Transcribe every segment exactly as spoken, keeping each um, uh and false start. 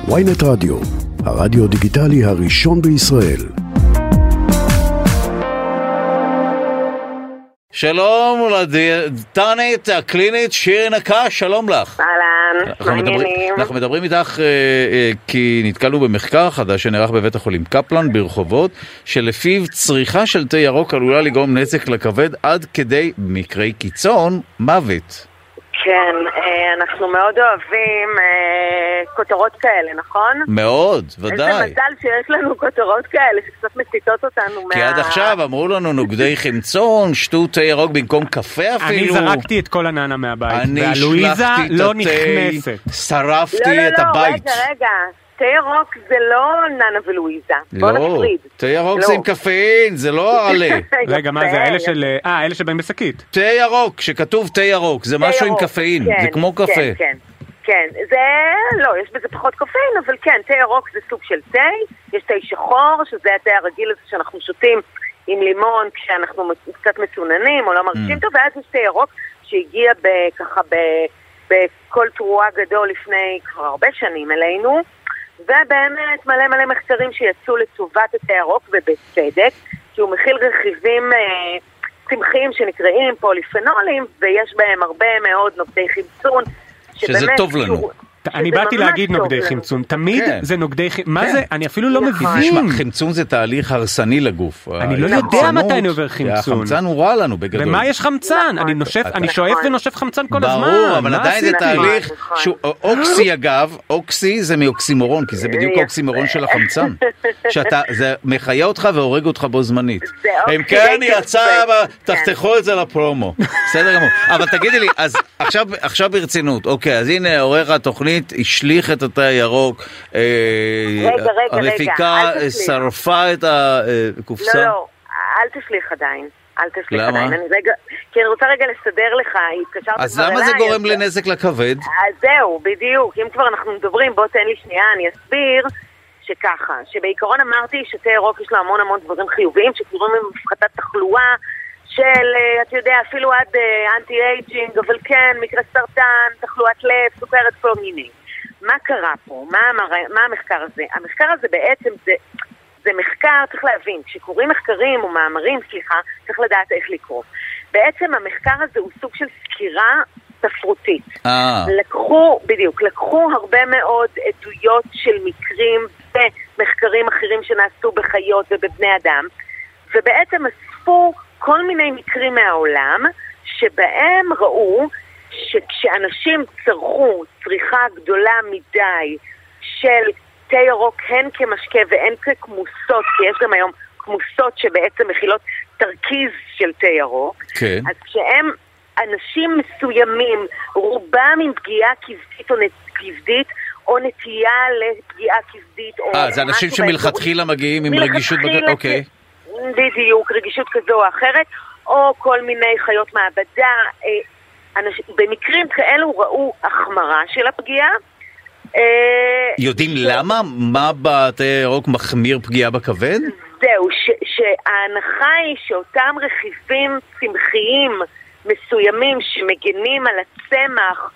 וויינט רדיו, הרדיו דיגיטלי הראשון בישראל. שלום לדיאטנית הקלינית שירי נקש, שלום לך. אהלן, מעניינים. אנחנו מדברים איתך אה, אה, כי נתקלנו במחקר חדש שנערך בבית החולים קפלן ברחובות, שלפיו צריכה של תה ירוק עלולה לגרום נזק לכבד עד כדי מקרי קיצון מוות. כן, אנחנו מאוד אוהבים כותרות כאלה, נכון? מאוד, ודאי. איזה מזל שיש לנו כותרות כאלה שקצת מסיתות אותנו מה... כי עד עכשיו אמרו לנו נוגדי חמצון, שתו תה ירוק במקום קפה אפילו. אני זרקתי את כל הננה מהבית, אני והלואיזה לא נכנסת. שרפתי את הבית. לא, לא, רגע, רגע. תה ירוק זה לא ננה ולואיזה. בוא נפריד. תה ירוק זה עם קפאין, זה לא הרעלה. רגע, מה זה? אלה של... אה, אלה שבאים בשקית. תה ירוק, שכתוב תה ירוק, זה משהו עם קפאין, זה כמו קפה. כן, כן, כן. זה... לא, יש בזה פחות קפאין, אבל כן, תה ירוק זה סוג של תה. יש תה שחור, שזה התה הרגיל הזה שאנחנו שותים עם לימון כשאנחנו קצת מצוננים או לא מרגישים טוב, ואז יש תה ירוק שהגיע ככה בכל תרועה גדול לפני כבר הרבה שנים אלינו. ובאמת מלא מלא מחקרים שיצאו לטובת התה ירוק ובצדק, כי הוא מכיל רכיבים אה, צמחיים שנקראים פוליפנולים, ויש בהם הרבה מאוד נוגדי חמצון. שזה טוב לנו. שהוא, אני באתי להגיד נוגדי חמצון, תמיד כן. זה נוגדי חמצון, מה כן. זה? אני אפילו לא נכון. מבין. חמצון זה תהליך הרסני לגוף. אני לא יודע מתי אני עובר חמצון. החמצן הוא רע לנו בגדול. ומה יש חמצן? נכון. אני, נושף, אני שואף ונושף חמצן כל ברור, הזמן. ברור, אבל עדיין זה תהליך שהוא אוקסי אגב, אוקסי זה מאוקסימורון, כי זה בדיוק האוקסימורון של החמצן. זה מחיה אותך והורג אותך בו זמנית. אם כן יצא, תחתכו את זה לפרומו. בסדר גמור. אבל תגידי לי, אז עכשיו ברצינות, אוקיי, אז הנה עורך התוכנית השליך את התא הירוק, המפיקה שרפה את הקופסה. לא, לא, אל תשליך עדיין. אל תשליך עדיין. כי אני רוצה רגע לסדר לך, אז למה זה גורם לנזק לכבד? אז זהו, בדיוק. אם כבר אנחנו מדברים, בוא תן לי שנייה, אני אסביר שככה, שבעיקרון אמרתי שתא ירוק יש לו המון המון דברים חיוביים, שקוראים עם הפחתת תחלואה, של, אתה יודע, אפילו עד אנטי-אייג'ינג, אבל כן, מקרה סרטן, תחלואת לב, סוכרת, כל מיני. מה קרה פה? מה, מה המחקר הזה? המחקר הזה בעצם זה, זה מחקר, צריך להבין, כשקוראים מחקרים או מאמרים, סליחה, צריך לדעת איך לקרוא. בעצם המחקר הזה הוא סוג של סקירה ספרותית. אה. לקחו, בדיוק, לקחו הרבה מאוד עדויות של מקרים ומחקרים אחרים שנעשו בחיות ובבני אדם, ובעצם אספו כל מיני מקרים מהעולם שבהם ראו שכשאנשים צרכו צריכה גדולה מדי של תה ירוק הן כמשקה והן ככמוסות, כי יש גם היום כמוסות שבעצם מכילות תרכיז של תה ירוק, כן. אז כשהם אנשים מסוימים, רובם עם פגיעה כבדית או כבדית או נטייה לפגיעה כבדית או אה, זה אנשים שמלכתחילה מגיעים עם רגישות בגלל, אוקיי. בדיוק, רגישות כזו או אחרת, או כל מיני חיות מעבדה. אנשים, במקרים כאלו ראו החמרה של הפגיעה. יודעים למה? מה בתה ירוק מחמיר פגיעה בכבד? זהו, שההנחה היא שאותם רכיבים צמחיים מסוימים שמגנים על הצמח,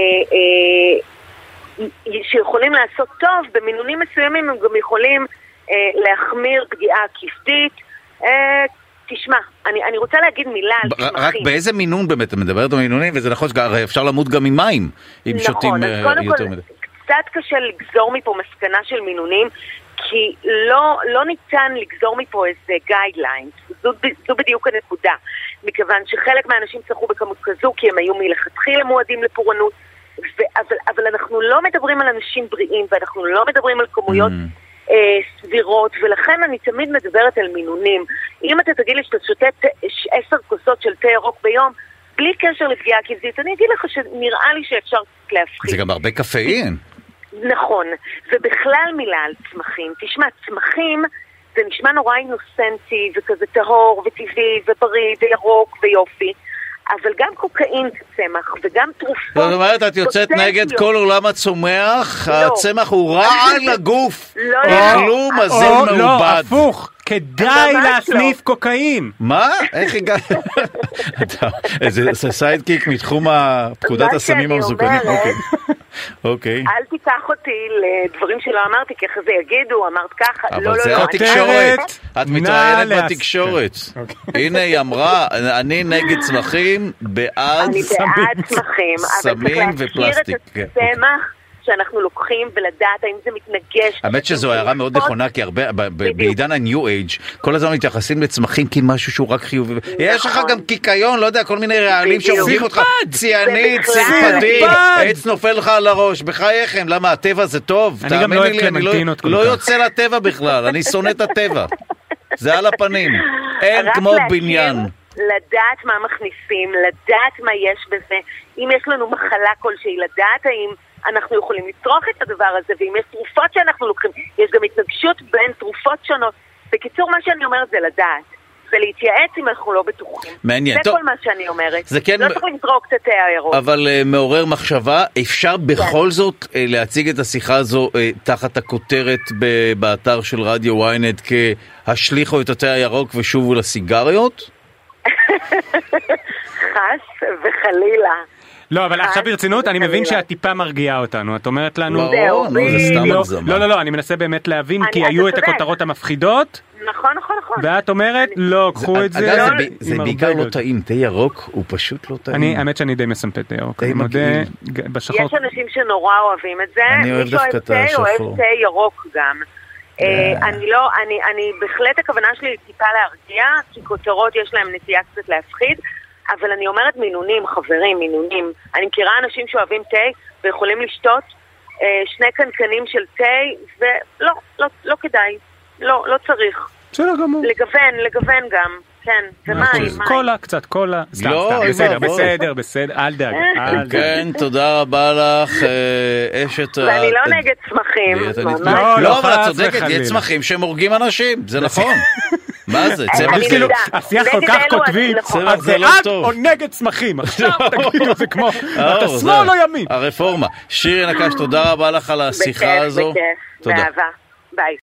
שיכולים לעשות טוב, במינונים מסוימים הם גם יכולים להחמיר פגיעה כבדית. תשמע, אני, אני רוצה להגיד מילה על צמחים. רק באיזה מינון באמת? את מדברת על מינונים, וזה נכון, הרי אפשר למות גם עם מים, אם נכון, שותים אז קודם יותר כל, מדי. קצת קשה לגזור מפה מסקנה של מינונים, כי לא, לא ניתן לגזור מפה איזה גיידליין. זו, זו בדיוק הנקודה. מכיוון שחלק מהאנשים צרכו בכמות כזו, כי הם היו מלכתחילה מועדים לפורענות, ו- אבל, אבל אנחנו לא מדברים על אנשים בריאים, ואנחנו לא מדברים על כמויות mm. סבירות, ולכן אני תמיד מדברת על מינונים. אם אתה תגיד לי שאתה שותה עשר כוסות של תה ירוק ביום, בלי קשר לפגיעה כבדית, אני אגיד לך שנראה לי שאפשר להפחית. זה גם הרבה קפאין. נכון, ובכלל מילה על צמחים. תשמע, צמחים זה נשמע נורא אינוסנטי, וכזה טהור, וטבעי, ובריא, וירוק, ויופי. אבל גם קוקאין זה צמח, וגם תרופות. זאת אומרת, את יוצאת נגד כל עולם הצומח, הצמח הוא רע לגוף. לא, לא. כלום, מזל מעובד. לא, הפוך. כדאי להסניף קוקאין. מה? איך הגעת? זה סיידקיק מתחום פקודת הסמים המסוכנים. אוקיי. אל פתח אותי לדברים שלא אמרתי, כי אחרי זה יגידו, אמרת ככה, לא, לא, אבל זה התקשורת, את מתראיינת בתקשורת. הנה היא אמרה, אני נגד צמחים, בעד סמים ופלסטיק. צמח שאנחנו לוקחים ולדעת האם זה מתנגש. האמת שזו הערה מאוד נכונה, כי הרבה, בעידן ה-New Age, כל הזמן מתייחסים לצמחים כמשהו שהוא רק חיובי. יש לך גם קיקיון, לא יודע, כל מיני רעלים שהורגים אותך, ציאנית, צרפדים, עץ נופל לך על הראש, בחייכם, למה הטבע זה טוב? אני גם לא אוהב קלמנטינות כל כך. לא יוצא לטבע בכלל, אני שונא את הטבע. זה על הפנים. אין כמו בניין. לדעת מה מכניסים, לדעת מה יש בזה. אם יש לנו מחלה כלשהי, לדעת האם אנחנו יכולים לצרוך את הדבר הזה, ואם יש תרופות שאנחנו לוקחים, יש גם התנגשות בין תרופות שונות. בקיצור, מה שאני אומרת זה לדעת. זה להתייעץ אם אנחנו לא בטוחים. מעניין. זה טוב. כל מה שאני אומרת. זה כן... לא צריך לזרוק את התה הירוק. אבל uh, מעורר מחשבה, אפשר בכל זאת uh, להציג את השיחה הזו uh, תחת הכותרת ב- באתר של רדיו וויינט כהשליחו את התה הירוק ושובו לסיגריות? חס וחלילה. לא, אבל עכשיו ברצינות, אני מבין שהטיפה מרגיעה אותנו. את אומרת לנו... לא, זה סתם הגזמה. לא, לא, לא, אני מנסה באמת להבין, כי היו את הכותרות המפחידות. נכון, נכון, נכון. ואת אומרת, לא, קחו את זה. אגב, זה בעיקר לא טעים. תה ירוק הוא פשוט לא טעים. האמת שאני די מסמפת תה ירוק. אני מודה בשחור. יש אנשים שנורא אוהבים את זה. אני אוהב דווקא את השחור. מי שאוהב תה ירוק גם. אני לא, אני בהחלט הכוונה שלי טיפה להרגיע, כי כותרות יש להם נטייה קצת להפחיד. אבל אני אומרת מינונים, חברים, מינונים. אני מכירה אנשים שאוהבים תה ויכולים לשתות אה, שני קנקנים של תה, ולא, לא, לא כדאי. לא, לא צריך. בסדר גמור. לגוון, לגוון גם. כן, ומים. קולה, קצת קולה. סתם, סתם, בסדר, בסדר, בסדר, אל דאג. כן, תודה רבה לך, אשת... ואני לא נגד צמחים. לא, אבל את צודקת, יש צמחים שהם הורגים אנשים, זה נכון. מה זה? צמח זה... השיח כל כך כותבי, אז זה עד או נגד צמחים. עכשיו תגידו, זה כמו, אתה שמאל או ימין. הרפורמה. שירי נקש, תודה רבה לך על השיחה הזו. בכיף, בכיף, באהבה. ביי.